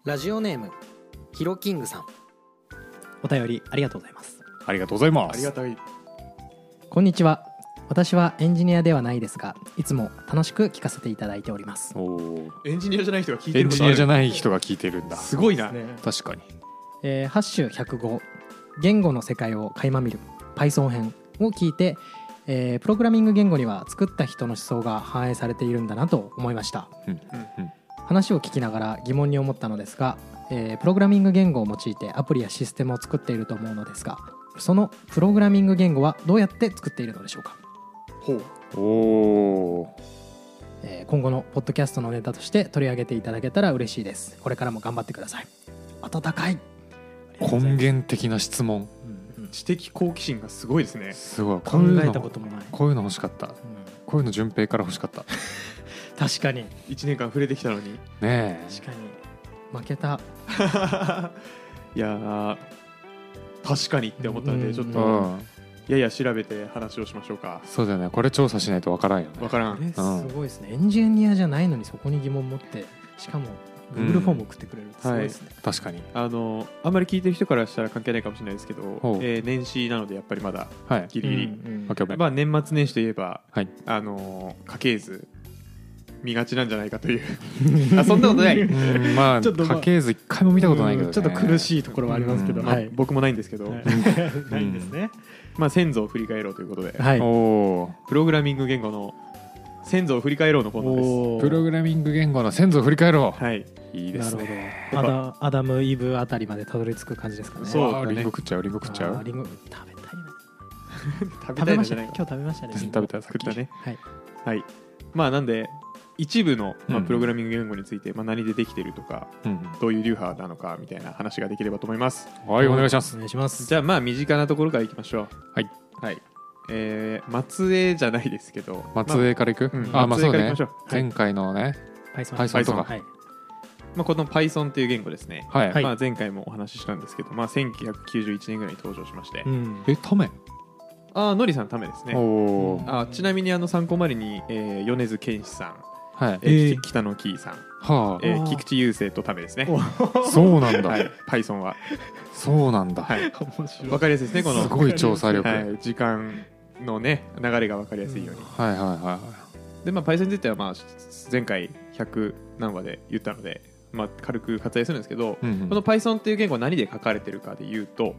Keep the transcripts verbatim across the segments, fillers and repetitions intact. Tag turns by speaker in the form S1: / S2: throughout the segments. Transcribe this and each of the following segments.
S1: ラジオネームヒロキングさん、
S2: お便りありがとうございます。
S3: ありがとうございます。
S4: ありがたい。
S2: こんにちは。私はエンジニアではないですが、いつも楽しく聞かせていただいております。
S3: お
S4: エンジニアじゃない人が聞いて
S3: エンジニア
S4: ることある。
S3: じゃない人が聞いてるんだ。
S4: すごいな、
S2: ね
S3: 確かに。
S2: えーハッシュひゃくご言語の世界を垣間見る Python 編を聞いて、えープログラミング言語には作った人の思想が反映されているんだなと思いました。
S3: うんうん
S2: 話を聞きながら疑問に思ったのですが、えープログラミング言語を用いてアプリやシステムを作っていると思うのですが、そのプログラミング言語はどうやって作っているのでしょうか。
S4: ほう。
S3: おお
S2: えー今後のポッドキャストのネタとして取り上げていただけたら嬉しいです。これからも頑張ってください。温かい。
S3: ー、根源的な質問。
S2: うんうん
S4: 知的好奇心がすごいですね。
S3: すごい。
S2: 考
S3: こういうの
S2: えたこともない。
S3: こういうの欲しかった。
S2: うん
S3: こういうの順平から欲しかった。
S2: 確かに
S4: いちねんかん触れてきたのに。
S3: ねえ。
S2: 確かに負けた。
S4: いやー確かにって思ったので、ちょっ
S3: う
S4: と
S3: ん。
S4: やや調べて話をしましょうか。
S3: そうだよね。これ調査しないとわからんよね。
S4: わからん。
S2: これすごいですね。エンジニアじゃないのにそこに疑問持って、しかも
S3: うん
S2: Google フォーム送ってくれるってすごいですね。
S3: 確かに。
S4: あのあんまり聞いてる人からしたら関係ないかもしれないですけど、
S3: ほう
S4: えー年始なのでやっぱりまだ
S3: はい。
S4: ギリギリ、
S2: うんうん
S3: オッケーオッケー。
S4: まあ、年末年始といえば、
S3: はい
S4: あのー家系図見がちなんじゃないかというあそんなことない、
S3: うん、まあ
S2: ちょっとまあ
S3: 家系図一回も見たことないけどね。
S2: うんちょっと苦しいところはありますけど、
S3: うん
S4: まあ
S2: はい
S4: 僕もないんですけど、
S2: はいないんですね。
S4: まあ、先祖を振り返ろうということで、
S2: はい。
S3: おお
S4: プログラミング言語の先祖を振り返ろうのコーナーです。
S2: お
S3: ー。プログラミング言語の先祖を振り返ろう。
S4: はい、
S3: いいで
S2: なるほ
S3: すね。
S2: ど。アダアダムイブあたりまでたどり着く感じですかね。
S4: そうだね
S3: あーリンゴ食っちゃうリンゴ食っちゃう。
S2: あーリンゴ食べたいな。
S4: 食べ
S2: 食べましたね。
S4: たいのじゃない
S2: 今日食べましたね。
S3: 食べた
S4: 作ったね。
S2: はい。
S4: はい、まあなんで一部の、まあ、
S3: うん
S4: プログラミング言語について、まあ、何でできているとか
S3: うん
S4: どういう流派なのかみたいな話ができればと思います。
S3: うん。はいお願いしま
S2: お
S3: す。
S2: 願いします。
S4: じゃあまあ身近なところからいきましょう。
S3: はい、
S4: はい、えー、松江じゃないですけど、
S3: 松江からいく。
S4: まあうん
S3: あまあそうね
S4: 松江からいきましょう。はい、
S3: 前回のね
S2: Python
S3: Python とか
S2: はい。
S4: まあ、この Python っていう言語ですね、
S3: はい。
S2: はい
S4: まあ、前回もお話ししたんですけど、まあ、せんきゅうひゃくきゅうじゅういちねんぐらいに登場しまして、
S2: うん。
S3: えため。
S4: ああのりさんためですね。
S3: おお。
S4: あちなみにあの参考までに、えー、米津玄師さん、
S3: はい。
S4: えー
S2: えー
S4: 北野キーさん、
S3: は
S4: えー
S2: あー
S4: 菊池雄星とためですね。
S3: あ。そうなんだ。
S4: はい、Python は、
S3: そうなんだ。
S4: はい、
S2: 面白い。
S4: わかりやすいですね、この
S3: すごい調査力。はい
S4: はい、時間のね流れがわかりやすいように、
S3: はいは
S4: で、まあ、Python については、まあ、前回ひゃく何話で言ったので、まあ、軽く割愛するんですけど、
S3: い。うんうん
S4: この Python っていう言語は何で書かれてるかでいうと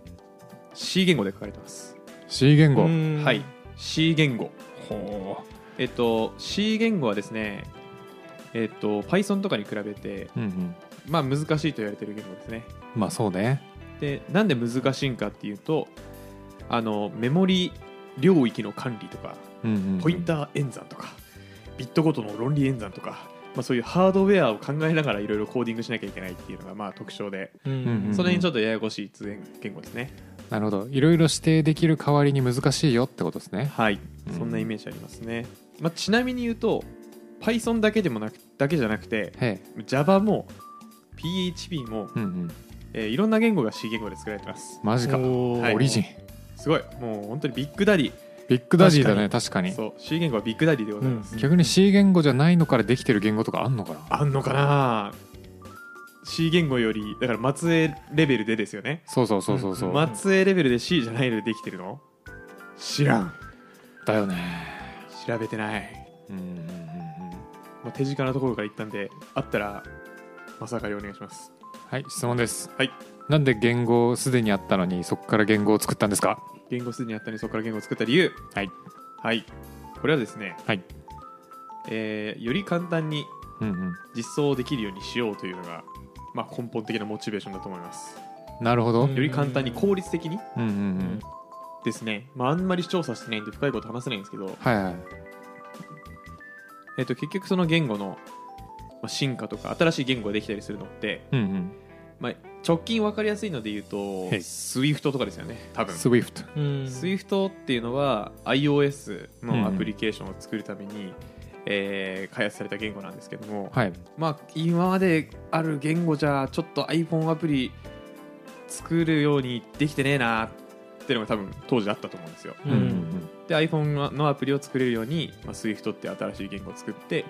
S4: C 言語で書かれてます。
S3: C 言語。
S2: うん
S4: はい、C 言語。
S3: ほ
S4: えっと C 言語はですね、えっと Python とかに比べて、
S3: う。うんうん。
S4: まあ、難しいと言われてる言語ですね。
S3: まあそうね。
S4: でなんで難しいんかっていうと、あのメモリ領域の管理とか
S3: うんうんうん。
S4: ポインター演算とかビットごとの論理演算とか、まあ、そういうハードウェアを考えながらいろいろコーディングしなきゃいけないっていうのがまあ特徴で、
S2: うん
S3: うん
S4: その辺ちょっとややこしい通言語ですね。
S3: なるほど。いろいろ指定できる代わりに難しいよってことですね。
S4: はい、
S3: うん
S4: そんなイメージありますね。まあ、ちなみに言うと Python だけでもなくだけじゃなくて
S3: へえ。
S4: Java も ピーエイチピー も、
S3: うんうん。
S4: えーいろんな言語が C 言語で作られてます。
S3: マジか。
S2: おー
S4: はい
S3: オリジン。
S4: すごい、もう本当にビッグダディ。
S3: ビッグダディだね、確かに。
S4: そう C 言語はビッグダディでございます。
S2: うん
S3: 逆に C 言語じゃないのからできてる言語とかあんのかな。
S4: あんのかな C 言語よりだから末裔レベルでですよね。
S3: そうそうそうそうそう。
S4: 末裔レベルで C じゃないのでできてるの知らん。
S3: だよね。
S4: 調べてない、
S3: うんうんうんうん。
S4: まあ、手近なところから言ったんであったらまさかりお願いします。
S3: はい、質問です。
S4: はい、
S3: なんで言語すでにあったのにそこから言語を作ったんですか。
S4: 言語すでにあったのにそこから言語を作った理由。
S3: はい
S4: はい、これはですね、
S3: はい。
S4: えーより簡単に
S3: うんうん。
S4: 実装できるようにしようというのが、まあ、根本的なモチベーションだと思います。
S3: なるほど。
S2: うん
S4: より簡単に効率的に
S3: うんうんうん。
S4: ですね、まあ、あんまり調査してないんで深いこと話せないんですけど、
S3: はいはい。
S4: えー、と結局その言語のまあ進化とか新しい言語ができたりするのって、
S3: うんうん。
S4: まあ、直近分かりやすいので言うと
S3: へい
S4: Swift とかですよね多分。
S3: Swift。
S2: うん。
S4: Swift っていうのは iOS のアプリケーションを作るために、えー開発された言語なんですけども、
S3: はい。
S4: まあ、今まである言語じゃちょっと iPhone アプリ作るようにできてねえなっていうのが多分当時あったと思うんですよ。
S2: うん
S3: うんうん
S4: で iPhone のアプリを作れるように、まあ、Swift って新しい言語を作って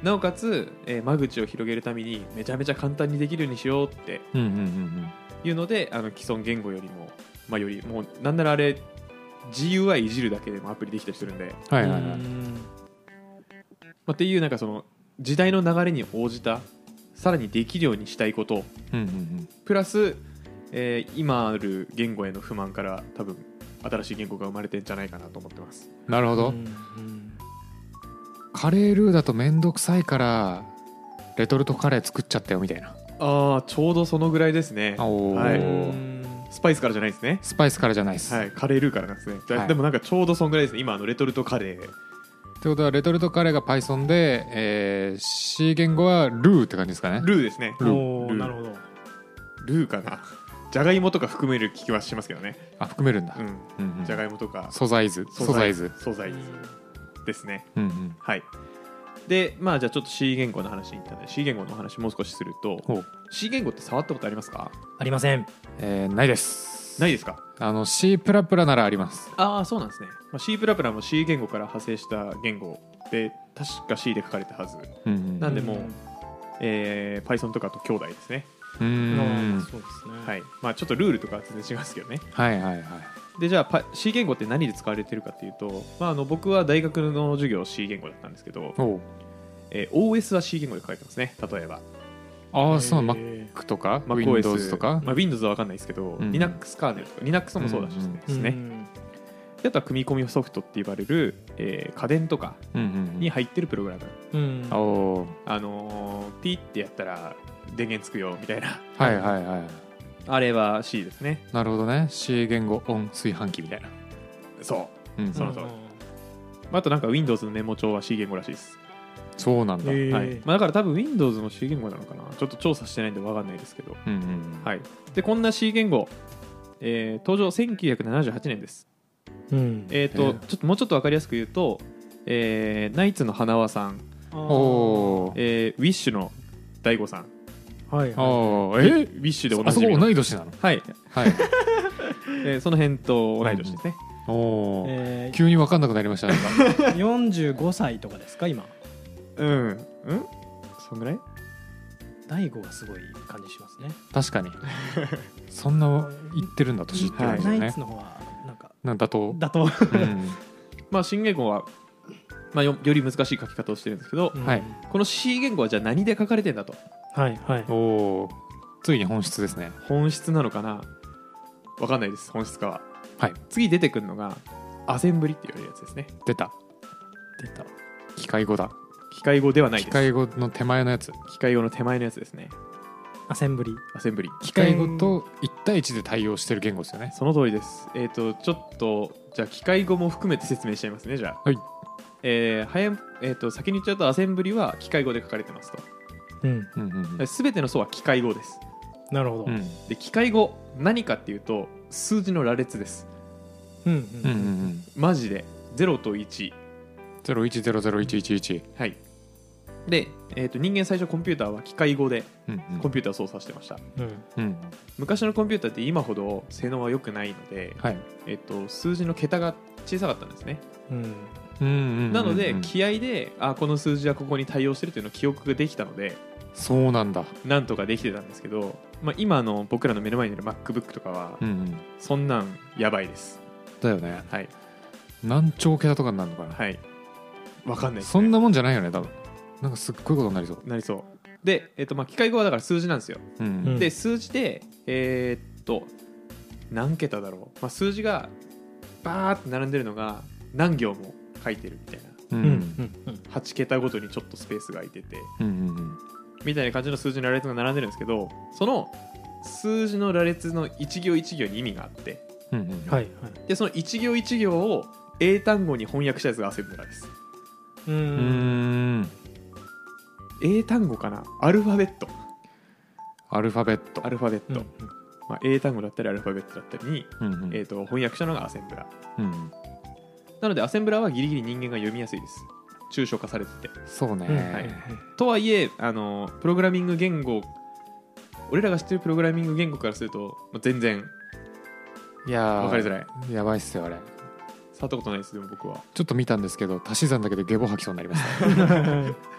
S4: なおかつ、えー間口を広げるためにめちゃめちゃ簡単にできるようにしようって
S3: うんうんうん
S4: いうので、あの既存言語よりも、まあ、よりもうなんならあれ ジーユーアイ いじるだけでもアプリできたりするんで、
S3: はいはいはい
S2: うん
S4: まあ、っていうなんかその時代の流れに応じたさらにできるようにしたいこと
S3: うんうんうん
S4: プラス、えー今ある言語への不満から多分新しい言語が生まれてんじゃないかなと思ってます。
S3: なるほど、
S2: うんうん
S3: カレールーだとめんどくさいからレトルトカレー作っちゃったよみたいな。
S4: ああちょうどそのぐらいですね。
S3: おー
S4: はい
S2: うん
S4: スパイスからじゃないですね。
S3: スパイスからじゃないです、
S4: はい、カレールーからなんですね。だ
S3: はい
S4: でもなんかちょうどそんぐらいですね。今あのレトルトカレー。
S3: ってことはレトルトカレーが Python で、えー、C 言語はルーって感じですかね。
S4: ルーですね。
S2: おー
S4: ルー
S2: なるほど。
S4: ルーかな。じゃがいもとか含める気はしますけどね。
S3: あ含めるんだ、
S4: うん。
S3: うんうん
S4: じゃがいもとか
S3: 素材図素材図、
S4: 素材図ですね。
S3: うんうん、
S4: はい。で、まあじゃあちょっと C 言語の話に行ったので C 言語の話もう少しすると、
S3: ほう
S4: C 言語って触ったことありますか？
S2: ありません。
S3: えー、ないです
S4: ないですか？
S3: あの C プラプラならあります。
S4: ああそうなんですね。まあ、C プラプラも C 言語から派生した言語で確か C で書かれたはず。
S3: うんうん
S4: なんでもう、えー、Python とかと兄弟ですね。
S3: うー
S2: うん
S3: ん
S2: そうですね。
S4: はい。まあちょっとルールとかは全然違いますけどね。
S3: はいはいはい
S4: でじゃあパ C 言語って何で使われてるかっていうと、まあ、あの僕は大学の授業 C 言語だったんですけど、
S3: おう
S4: えー オーエス は C 言語で書かれてますね。例えば
S3: ああそう
S2: へ
S3: Mac
S2: ー
S3: とか
S4: MacOS
S3: Windows とか、
S4: まあ、Windows は分かんないですけど、
S3: うん
S4: Linux カーネルとか Linux もそうだしですね,、
S3: うん
S2: うん
S4: ねであとは組み込みソフトって言われる、えー家電とか
S3: うんうん
S4: に入ってるプログラム、
S2: うん
S3: うん、おー
S4: あのーピッてやったら電源つくよみたいな
S3: はいはいはい
S4: あれは C ですね。
S3: なるほどね。 C 言語オン炊飯器みたいな、
S4: そう
S3: うん、
S4: その通りまああとなんか Windows のメモ帳は C 言語らしいです。
S3: そうなんだ、
S2: へー
S4: はいまあ、だから多分 Windows の C 言語なのかな。ちょっと調査してないんで分かんないですけど、
S3: うんうん
S4: はい、でこんな C 言語、えー登場せんきゅうひゃくななじゅうはちねんです。
S2: うん
S4: えーと
S3: えー
S4: ちょっともうちょっと分かりやすく言うと、えーナイツの花輪さん、
S3: おー
S4: えーウィッシュの大悟さん、
S2: はいは
S3: おーえ
S4: ウィッシュでお
S3: あそこ
S4: なじみの
S3: 同い年なの？
S4: はい、
S3: はい
S4: えーその辺と同い年ですね。
S3: お
S2: い。
S3: おー、
S2: え
S3: 急に分かんなくなりましたね
S2: ー、よんじゅうごさいとかですか今。
S4: うんうんそんぐらい
S2: 大悟がすごい感じしますね。
S3: 確かにそんな言ってるんだ年いってるんですよね、
S2: ナイツの方はなんか
S3: なんだと、
S2: だと、
S3: うん
S4: まあ新言語は、まあ、よより難しい書き方をしてるんですけど、
S3: はい
S4: この C 言語はじゃあ何で書かれてんだと。
S2: はいはい。
S3: おおーついに本質ですね。
S4: 本質なのかなわかんないです。本質かは。
S3: はい
S4: 次出てくるのがアセンブリって言われるやつですね。
S3: 出た
S2: 出た。
S3: 機械語だ。
S4: 機械語ではないです。
S3: 機械語の手前のやつ。
S4: 機械語の手前のやつですね。
S2: アセンブリ。
S4: アセンブリ。
S3: 機械語といち対いちで対応してる言語ですよね。
S4: その通りです。えっ、とちょっとじゃあ機械語も含めて説明しちゃいますね。じゃあ。
S3: はい。
S4: えー早いえー、と先に言っちゃうとアセンブリは機械語で書かれてますと。
S2: うん。
S3: うんうんうん
S4: すべての素は機械語です。
S2: なるほど。
S3: うん
S4: で機械語何かっていうと数字の羅列です。
S2: うんう
S3: うんうんうん
S4: マジでゼロといち。
S3: ゼロいちゼロゼロいちいちいち。
S4: はい。で、えー、と人間最初コンピューターは機械語で
S3: うん
S4: コンピューターを操作してました。
S2: うん。
S3: うん
S4: 昔のコンピューターって今ほど性能は良くないので、
S3: はい。
S4: えっと数字の桁が小さかったんですね。
S2: うん。
S3: うんうんうんうん
S4: なので気合であこの数字はここに対応してるというのを記憶ができたので
S3: そうなんだ。
S4: なんとかできてたんですけど、まあ、今の僕らの目の前にある MacBook とかは
S3: うんうん
S4: そんなんやばいです。
S3: だよね。
S4: はい
S3: 何兆桁とかになるのかな。
S4: はいわかんないです、ね、
S3: そんなもんじゃないよね多分。なんかすっごいことになりそう。
S4: なりそうで、えっとまあ機械語はだから数字なんですよ。
S3: うん
S2: うん
S4: で数字でえーっと何桁だろう、まあ、数字がバーって並んでるのが何行も書いてるみたいな
S3: うん
S2: うんうん
S4: はち桁ごとにちょっとスペースが空いてて
S3: うんうん
S4: みたいな感じの数字の羅列が並んでるんですけど、その数字の羅列の一行一行に意味があって、
S3: うんうん
S2: はいはい。
S4: でその一行一行を英単語に翻訳したやつがアセンブラです。
S2: う。
S3: うんん
S4: 英単語かな、アルファベット
S3: アルファベット
S4: アルファベット、
S2: うん
S4: まあ、英単語だったりアルファベットだったりに、
S3: うんうん
S4: えー、と翻訳したのがアセンブラ
S3: うん
S4: なのでアセンブラはギリギリ人間が読みやすいです。抽象化されてて、
S3: そうね、
S2: うん
S4: はいとはいえあのプログラミング言語俺らが知ってるプログラミング言語からすると、まあ、全然
S3: いやー
S4: 分かりづらい。
S3: やばいっすよあれ。
S4: 触ったことないです。でも僕は
S3: ちょっと見たんですけど足し算だけでゲボ吐きそうになりました。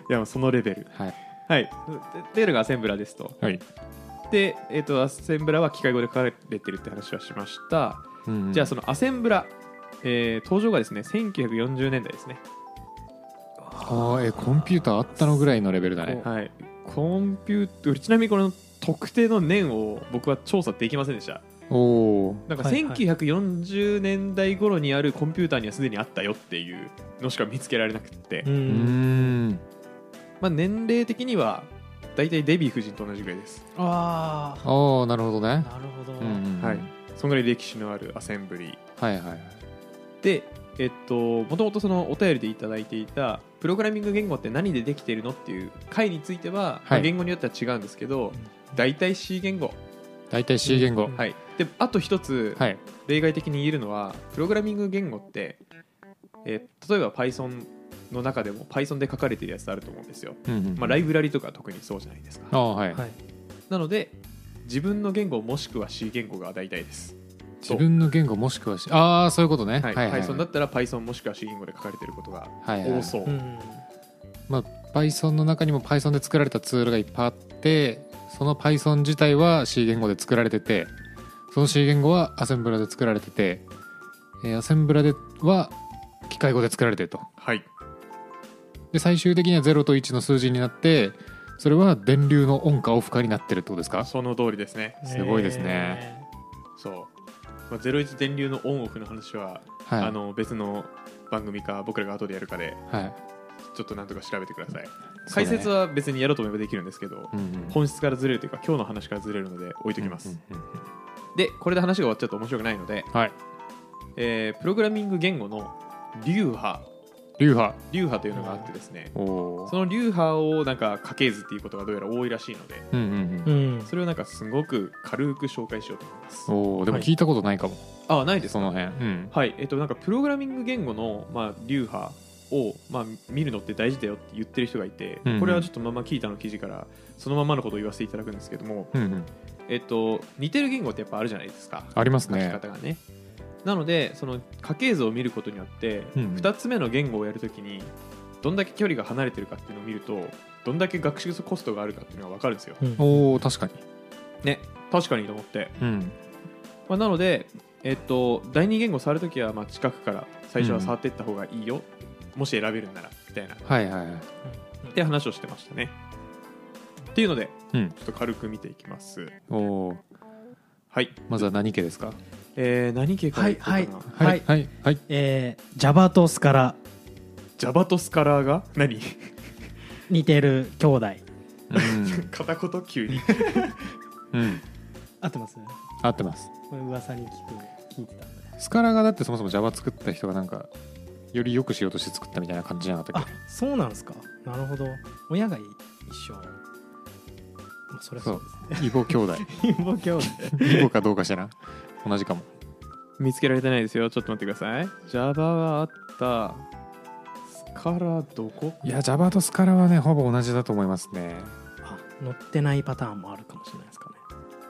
S4: いやそのレベル。
S3: はい
S4: はいでっていうのがアセンブラですと。
S3: はい、
S4: で、えー、とアセンブラは機械語で書かれてるって話はしました。
S3: うんうん、
S4: じゃあそのアセンブラ、えー登場がですねせんきゅうひゃくよんじゅうねんだいですね。
S3: ああえコンピューターあったのぐらいのレベルだね。
S4: はい、コンピューターちなみにこの特定の年を僕は調査できませんでした。
S3: おお
S4: なんか
S2: はいはい
S4: せんきゅうひゃくよんじゅうねんだい頃にあるコンピューターにはすでにあったよっていうのしか見つけられなくて、
S2: う
S3: うー
S2: ん
S3: ん
S4: まあ、年齢的にはだいたいデヴィ夫人と同じぐらいです。
S2: ああ
S3: ああなるほどね。
S2: なるほど、
S3: うんうんうん
S4: はい、そんぐらい歴史のあるアセンブリー
S3: はいはいはい。
S4: で、えっと、もともとそのお便りでいただいていたプログラミング言語って何でできているのっていう回については、まあ言語によっては違うんですけど、大体 C 言語、
S3: 大体 C 言語、
S2: うん
S4: はい、であと一つ、
S3: はい
S4: 例外的に言えるのはプログラミング言語って、えー例えば Python の中でも Python で書かれているやつあると思うんですよ、
S3: うんうん
S4: まあ、ライブラリとか特にそうじゃないですか。
S3: ああはい、
S2: はい
S4: なので自分の言語もしくは C 言語が大体です。
S3: 自分の言語もしくは C ああそういうことね。
S4: はい
S3: はいはいはい
S4: Python だったら Python もしくは C 言語で書かれていることが
S3: はいはい
S4: 多そう、
S2: うん
S3: まあ Python の中にも Python で作られたツールがいっぱいあってその Python 自体は C 言語で作られててその C 言語はアセンブラで作られてて、えーアセンブラでは機械語で作られてると。
S4: はい
S3: で最終的にはゼロといちの数字になってそれは電流のオンかオフかになってるってことですか。
S4: その通りですね。
S3: すごいですね
S4: そう、まあ、ゼロイチ電流のオンオフの話は、
S3: はい
S4: あの別の番組か僕らが後でやるかで
S3: はい
S4: ちょっとなんとか調べてください。
S3: そうね
S4: 解説は別にやろうと思えばできるんですけど、
S3: うんうん
S4: 本質からずれるというか今日の話からずれるので置いときます、
S3: うんうんうん
S4: でこれで話が終わっちゃうと面白くないので、
S3: はい
S4: えープログラミング言語の流派
S3: 流派
S4: 流派というのがあってですね、
S3: おー
S4: その流派をなんか家系図っていうことがどうやら多いらしいので、
S3: うんうん
S2: う
S3: うん
S2: ん
S4: それをなんかすごく軽く紹介しようと思います。
S3: おーでも聞いたことないかも、
S4: あないですか。
S3: その辺うん
S4: はい、えっとなんかプログラミング言語のまあ流派をまあ見るのって大事だよって言ってる人がいて、
S3: うんうん
S4: これはちょっとまま聞いたの記事からそのままのことを言わせていただくんですけども、
S3: うんうん
S4: えっと似てる言語ってやっぱあるじゃないですか。
S3: あります
S4: 書き
S3: ね。
S4: 方がね。なのでその家系図を見ることによって
S3: うんうん
S4: ふたつめの言語をやるときにどんだけ距離が離れてるかっていうのを見るとどんだけ学習コストがあるかっていうのが分かるんですよ。
S2: うん
S3: おお確かに
S4: ね、確かにと思って、
S3: うん
S4: まあ、なので、えっと、だいに言語触るときはまあ近くから最初は触っていった方がいいよ、もし選べるんならみたいなっ
S3: はいはいはい
S4: て話をしてましたね。っていうので
S3: うん
S4: ちょっと軽く見ていきます。
S3: おお
S4: はい、
S3: まずは何家ですか。
S4: えー、何系からいこうかな、
S2: はい
S3: はいはいはい
S2: えー、Java とスカラ
S4: Java とスカラーが何
S2: 似てる兄弟
S4: 片言急に
S3: うんうん
S2: 合ってます
S3: 合ってます。
S2: これ噂に聞く聞いてたんで。
S3: スカラがだってそもそも Java 作った人がなんかより良くしようとして作ったみたいな感じじゃなかったっ
S2: あそうなんですか。なるほど。親が一緒。まあそれはそうですね。
S3: け。イボ兄弟
S2: イボ兄弟。
S3: イボかどうかしら同じかも。
S4: 見つけられてないですよ。ちょっと待ってください。Java はあったスカラどこ
S3: いや Java とスカラはねほぼ同じだと思いますね。
S2: あ載ってないパターンもあるかもしれないですかね。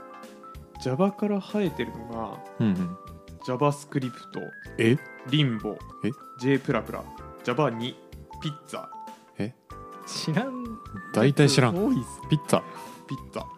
S4: Java から生えてるのが
S3: うんうん
S4: JavaScript、
S3: え
S4: リンボ、
S3: え
S4: J プラプラ、Java に、ピッツァ、
S2: 知らん。
S3: 大体知らん。
S2: 多いっす。
S3: ピッツァ
S4: ピッツァ。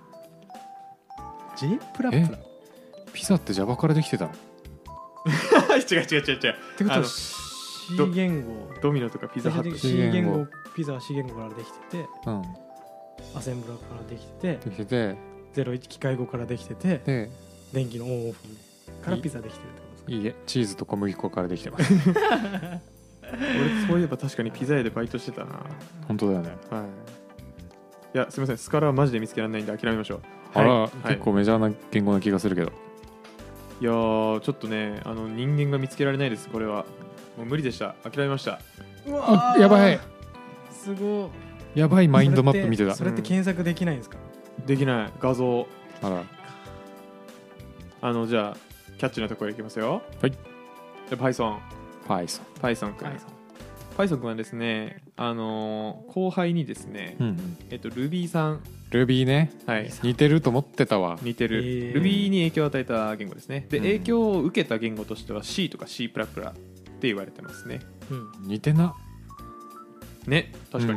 S2: J プラプラ。
S3: え
S2: って
S3: ピザって Java からできてたの。
S4: 違う違う違う違う。
S2: ことは
S4: あの
S2: C
S4: ど
S2: 言語。
S4: ドミノとかピザハット。
S2: C 言語、ピザは C 言語からできてて、
S3: うん
S2: アセンブラからできてて、
S3: できてて
S2: ゼロイチ機械語からできてて、
S3: で
S2: 電気のオンオフからピザできてるってことですか。
S3: いいえチーズと小麦粉からできてます
S4: 俺そういえば確かにピザ屋でバイトしてたな。
S3: 本当だよね。
S4: はい。いやすみません、スカラはマジで見つけられないんで諦めましょう。
S3: あら、
S4: はい
S3: 結構メジャーな言語な気がするけど。
S4: いやーちょっとねあの人間が見つけられないです。これはもう無理でした。諦めました。
S2: うわ
S3: あやばい
S2: すごい。
S3: やばいマインドマップ見てた。
S2: それって検索できないんですか。
S4: できない画像。
S3: あら
S4: あのじゃあキャッチのところいきますよ。
S3: はい
S4: で Python
S3: Python。
S4: Python 君 Python 君はですねあのー後輩にですね、
S3: うんうん
S4: えっと Ruby さん、
S3: Ruby ね
S4: はい、
S3: 似てると思ってたわ。
S4: 似てる、
S2: へー
S4: Ruby に影響を与えた言語ですね。で、
S3: うん
S4: 影響を受けた言語としては C とか C++ って言われてますね。
S2: うん。
S3: 似てな。
S4: ね確かに、
S3: うん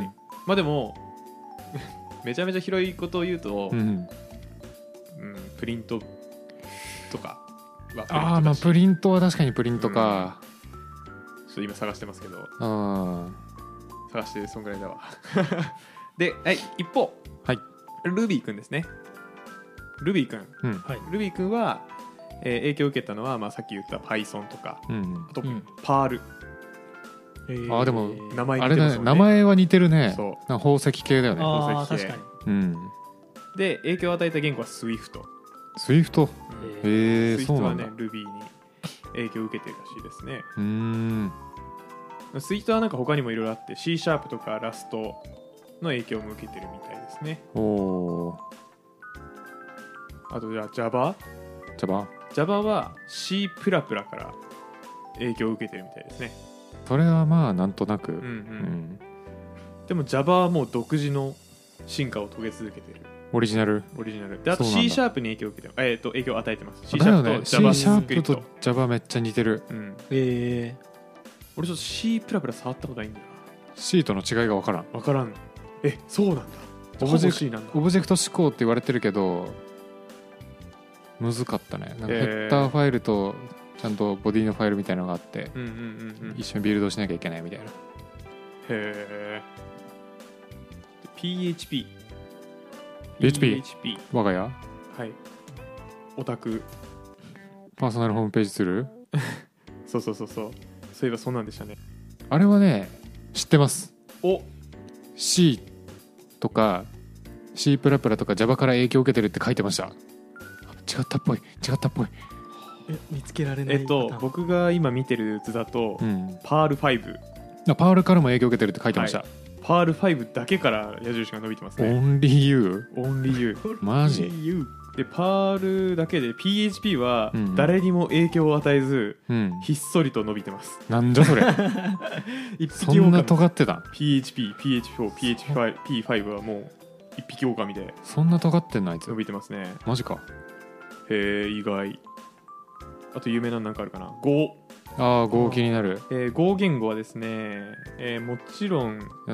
S4: まあでもめちゃめちゃ広いことを言うと、
S3: うん、
S4: うん、プリントとかは
S3: ああまあプリントは確かにプリントか、
S4: ちょっと今探してますけど、
S3: あ
S4: 探してそんぐらいだわで、はい、一方、
S3: はい、
S4: ルビーくんですね。ルビーくん、
S3: うん
S2: はい、
S4: ルビーくんは、えー影響を受けたのは、まあ、さっき言った Python とか、
S3: うん
S4: あと、
S2: うん
S4: Perl、
S2: えー
S3: あーでも
S4: 名前
S3: あれだね
S4: 似てますもんね。
S3: 名前は似てるね。
S4: そう
S3: なんか宝石系だよね。
S2: ああ
S4: 宝石系
S2: 確か
S3: うん
S4: で影響を与えた言語は Swift。
S3: スイフト
S2: に、えー
S3: へえそう
S4: Swift
S3: なんだ。
S4: はね Ruby に影響を受けてるらしいですね。
S3: うーん
S4: Swift はなんか他にもいろいろあって C シャープとか Rust の影響も受けてるみたいですね。
S3: おお
S4: あとじゃあ Java
S3: Java
S4: Java は C++ から影響を受けてるみたいですね。
S3: それはまあなんとなく、
S4: うんう
S3: うんん
S4: でも Java はもう独自の進化を遂げ続けてる
S3: オリジナル
S4: オリジナルで、あと
S3: そうなんだ
S4: C シャープに影響を受けてる、えー、と影響を与えてます。 C シ
S3: だよね
S4: ャープと
S3: C シャープ
S4: JavaScript
S3: と Java めっちゃ似てる。
S4: うん、
S2: え
S4: 俺ちょっと C++ 触ったことないんだよ
S3: C との違いが分からん。
S4: な。分からん。えそうなんだ。
S3: オブジェクト
S4: C なんだ。
S3: オブジェクト思考って言われてるけどむずかったね。なんかヘ
S4: えー
S3: ッダーファイルとちゃんとボディのファイルみたいなのがあって、
S4: うんうんうんうんへ
S3: 一緒にビルドしなきゃいけないみたいな。
S4: え ピーエイチピー
S3: ピーエイチピー
S4: ピーエイチピー
S3: 我が家
S4: はいオタク
S3: パーソナルホームページする
S4: そうそうそうそうそういえばそうなんでしたね。
S3: あれはね知ってます。
S4: お
S3: C とか C++ とか Java から影響を受けてるって書いてました。違ったっぽい違ったっぽい。
S2: え見つけられない
S4: えっと
S2: パターン
S4: 僕が今見てる図だと、
S3: うん
S4: パールファイブ
S3: パールからも影響を受けてるって書いてました、
S4: はパールファイブだけから矢印が伸びてますね。
S3: オンリーユ
S4: オンリーユー
S3: ーマジ
S4: でパールだけで ピーエイチピー は
S3: うん
S4: 誰にも影響を与えず、
S3: うん
S4: ひっそりと伸びてます。
S3: なんじゃそれ
S4: 一
S3: そんな
S4: 匹狼。
S3: 尖ってた
S4: ピーエイチピー、ピーエイチフォー、ピーエイチファイブ、ピーファイブ はもう一匹狼で
S3: そんな尖ってんのあいつ
S4: 伸びてますね。
S3: マジか。
S4: へえ意外。あと有名なのなんかあるかな。Go、
S3: ああ Go 気になる。
S4: えー、Go 言語はですね、えーもちろん
S3: うん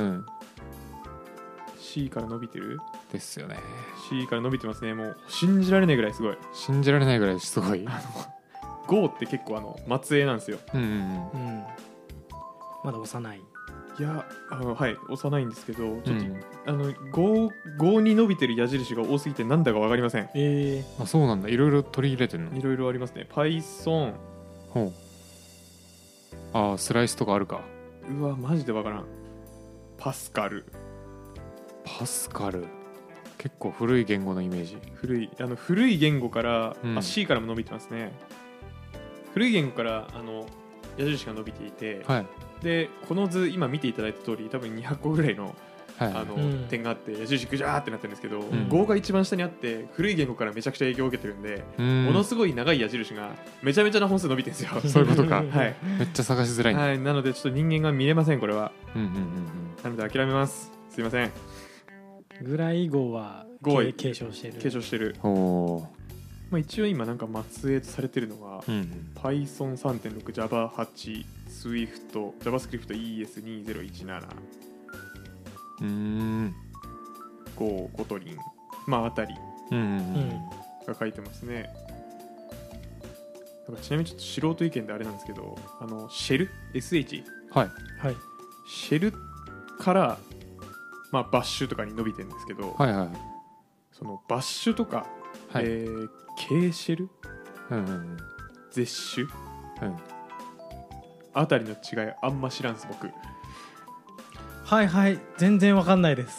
S4: C から伸びてる
S3: ですよね。
S4: C から伸びてますね。もう信じられないぐらいすごい。
S3: 信じられないぐらいすごい。
S4: Go って結構あの末裔なんですよ。
S3: うんうん
S2: うんまだ幼い
S4: いやあのはい幼いんですけどちょっと、
S3: うん
S4: あの Go, Go に伸びてる矢印が多すぎてなんだか分かりません。
S2: え
S3: あそうなんだ。いろいろ取り入れてんの。
S4: いろいろありますね。 Python
S3: ほうああスライスとかあるか。
S4: うわマジで分からん。パスカル
S3: パスカル結構古い言語のイメージ。
S4: 古いあの古い言語から、
S3: うん
S4: あ C からも伸びてますね。古い言語からあの矢印が伸びていて、
S3: はい
S4: でこの図今見ていただいた通り多分にひゃっこぐらいの
S3: はい
S4: あの、
S2: うん
S4: 点があって矢印ぐじゃーってなってるんですけど、
S3: ん
S4: Go が一番下にあって古い言語からめちゃくちゃ影響を受けてるんで、
S3: うん
S4: ものすごい長い矢印がめちゃめちゃな本数伸びてるんですよ。
S3: そういうことか
S4: はい、
S3: めっちゃ探しづらいんだ。
S4: はい、なのでちょっと人間が見れませんこれは。
S3: うんうんうん
S4: なので諦めます。すいません。
S2: ぐらい語は
S4: 語は
S2: 継継承してる
S4: 継承してる。
S3: うんお
S4: まあ、一応今なんか末裔とされてるのは、
S3: ーうん
S4: Python さんてんろく、Java はち、Swift、JavaScript イーエスにせんじゅうなな、
S3: うん
S4: Go、コトリン、まああたり
S3: うんうん
S2: うん
S4: が書いてますね。なんかちなみにちょっと素人意見であれなんですけど、あのシェル エスエイチ
S3: はい
S2: はい
S4: シェルから、まあ、バッシュとかに伸びてるんですけど、
S3: はいはい
S4: そのバッシュとか、
S3: はい
S4: えー、K シェル、
S3: うんうんうん
S4: ゼッシュ
S3: うん
S4: あたりの違いあんま知らんす僕。
S2: はいはい全然わかんないです。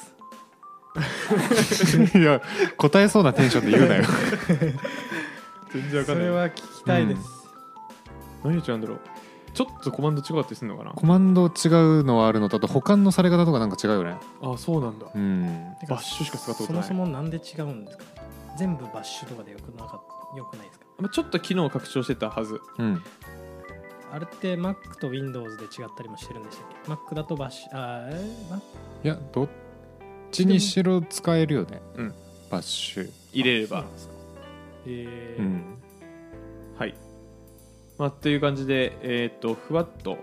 S3: いや答えそうなテンションで言うなよ。
S4: 全然わかんない。
S2: それは聞きたいです、
S4: 何が違うんだろう。ちょっとコマンド違ったりするのかな。
S3: コマンド違うのはあるのとあと保管のされ方とかなんか違うよね。
S4: あそうなんだ。
S3: うん
S2: てか
S4: バッシュしか使ったこと
S2: そ
S4: ない。
S2: もそもなんで違うんですか。全部バッシュとかでよくなかったよくないですか。
S4: まあちょっと機能を拡張してたはず。
S3: うん
S2: あれって Mac と Windows で違ったりもしてるんでしたっけ。 Mac だとバッシュあーえー、Mac
S3: いやどっちにしろ使えるよね。
S4: うん
S3: バッシュ
S4: 入れれば
S2: そうなんですか。えー
S3: うん
S4: はい。まあという感じでえっ、とふわっと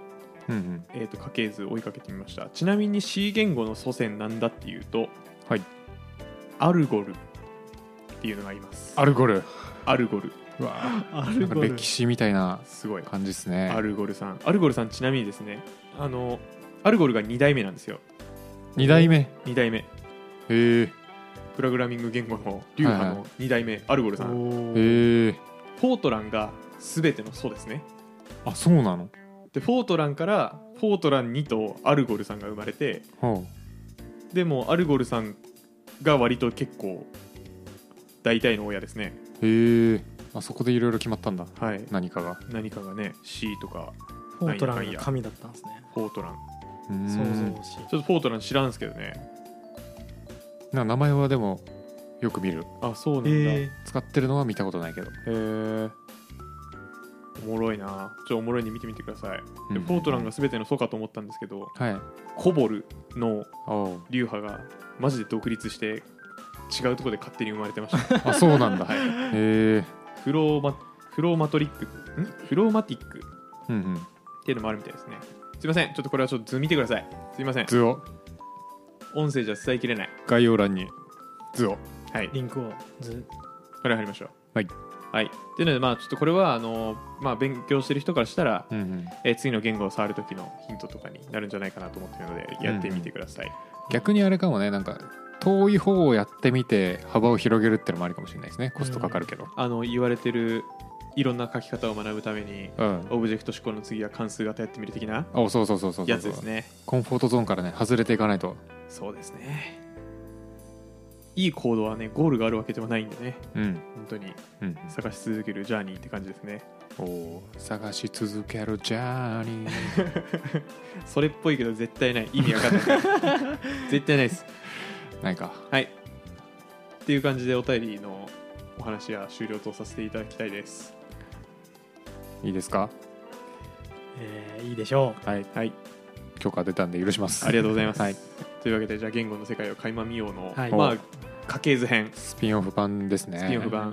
S3: うんうん、
S4: えー、と家系図追いかけてみました。ちなみに C 言語の祖先なんだっていうと、
S3: はい、
S4: アルゴルっていうのがいます。
S3: アルゴル
S4: アルゴル
S3: うわアルゴル歴史みたいなすごい感じですね。
S4: アルゴルさんアルゴルさんちなみにですね、あのアルゴルがに代目なんですよ。
S3: に代目
S4: に代目
S3: へえ。
S4: プログラミング言語の流派のに代目、はいはい、アルゴルさん。
S3: へえ。
S4: フォートランが全ての祖ですね。
S3: あ、そうなの。
S4: でフォートランからフォートランにとアルゴルさんが生まれて、
S3: は
S4: あ、でもアルゴルさんが割と結構大体の親ですね。
S3: へえ。あそこでいろいろ決まったんだ、
S4: はい、
S3: 何かが
S4: 何かがね C とか
S2: フォートランが神だったんですね。
S4: フォートラン
S2: 想像しい。
S4: ちょっとフォートラン知らんですけどね。
S3: な名前はでもよく見る。
S4: あ、そうなんだ、
S3: えー、使ってるのは見たことないけど。へ
S4: え。おもろいな。ちょっとおもろいに見てみてください。うん、でフォートランが全ての祖かと思ったんですけど、はい、コボルの流派がマジで独立して違うところで勝手に生まれてました。
S3: あ、そうなんだ、はい、へえ。
S4: フローマフローマトリックんフローマティック、
S3: うんうん、
S4: っていうのもあるみたいですね。すいません、ちょっとこれはちょっと図見てください。すいません、
S3: 図を
S4: 音声じゃ伝えきれない。
S3: 概要欄に図を、
S4: はい、
S2: リンクを図
S4: これ貼りましょう。
S3: はい、
S4: はい、っていうので、まあちょっとこれはあの、まあ、勉強してる人からしたら、うんうん、え次の言語を触る時のヒントとかになるんじゃないかなと思っているのでやってみてください。うん、
S3: 逆にあれかもね、なんか遠い方をやってみて幅を広げるってのもありかもしれないですね。コストかかるけど、うん、
S4: あの言われてるいろんな書き方を学ぶために、うん、オブジェクト思考の次は関数型やってみる的な
S3: おそうそうそうそう
S4: やつですね。
S3: コンフォートゾーンからね外れていかないと。
S4: そうですね。いいコードはねゴールがあるわけではないんでね、うん、本当に探し続けるジャーニーって感じですね。
S3: うん、お探し続けるジャーニー
S4: それっぽいけど絶対ない意味わかんない絶対ないです。
S3: ないか。
S4: はいっていう感じでお便りのお話は終了とさせていただきたいです。
S3: いいですか。
S2: えー、いいでしょ
S3: う。はい、はい、許可出たんで許します。
S4: ありがとうございます、
S3: はい、
S4: というわけでじゃあ言語の世界を垣間見ようの、はい、まあ家系図編
S3: スピンオフ版ですね。
S4: スピンオフ版、うんうん、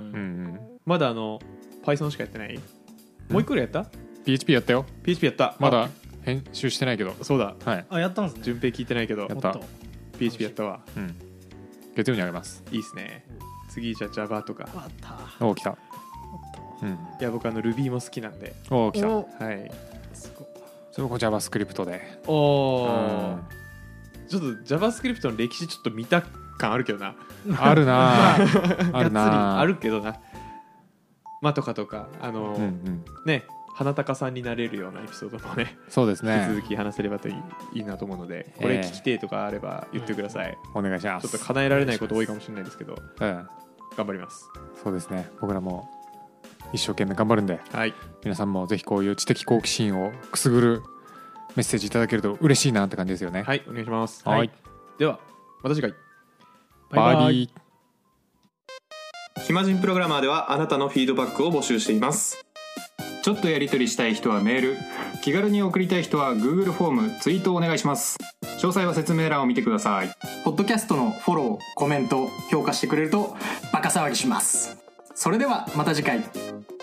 S4: まだあの Python しかやってない。もう一個ぐらいやった？
S3: ピーエイチピー やったよ。
S4: ピーエイチピー やった。
S3: まだ編集してないけど。
S4: そうだ、
S2: はい、あやったんですね。
S4: 順平聞いてないけど
S3: やった。
S4: ピーエイチピー やったわ、うん、
S3: 月曜にあげます。
S4: いいっすね。次じゃあ Java とか。
S2: あった
S3: お来た。
S4: うん、いや僕あの Ruby も好きなんで。
S3: お来た。
S4: はい。
S3: それも JavaScript で。
S4: おお、うん、ちょっと JavaScript の歴史ちょっと見た感あるけどな。
S3: あるなあ
S4: るなあるけどな。まあとかとかあのーうんうん、ね花高さんになれるようなエピソードもね。
S3: そうですね。
S4: 引き続き話せればとい い, いいなと思うので、これ聞きてえとかあれば言ってください、
S3: えー、お願いします。
S4: ちょっと叶えられないこと多いかもしれないですけど、うん、頑張ります。
S3: そうですね。僕らも一生懸命頑張るんで、はい、皆さんもぜひこういう知的好奇心をくすぐるメッセージいただけると嬉しいなって感じですよね。
S4: はい、お願いします。
S3: はい、はい、
S4: ではまた次回。
S3: バイバイ。
S4: 暇人プログラマーではあなたのフィードバックを募集しています。
S5: ちょっとやり取りしたい人はメール、気軽に送りたい人は Google フォーム、ツイートをお願いします。詳細は説明欄を見てください。
S6: ポッドキャストのフォロー、コメント、評価してくれるとバカ騒ぎします。それではまた次回。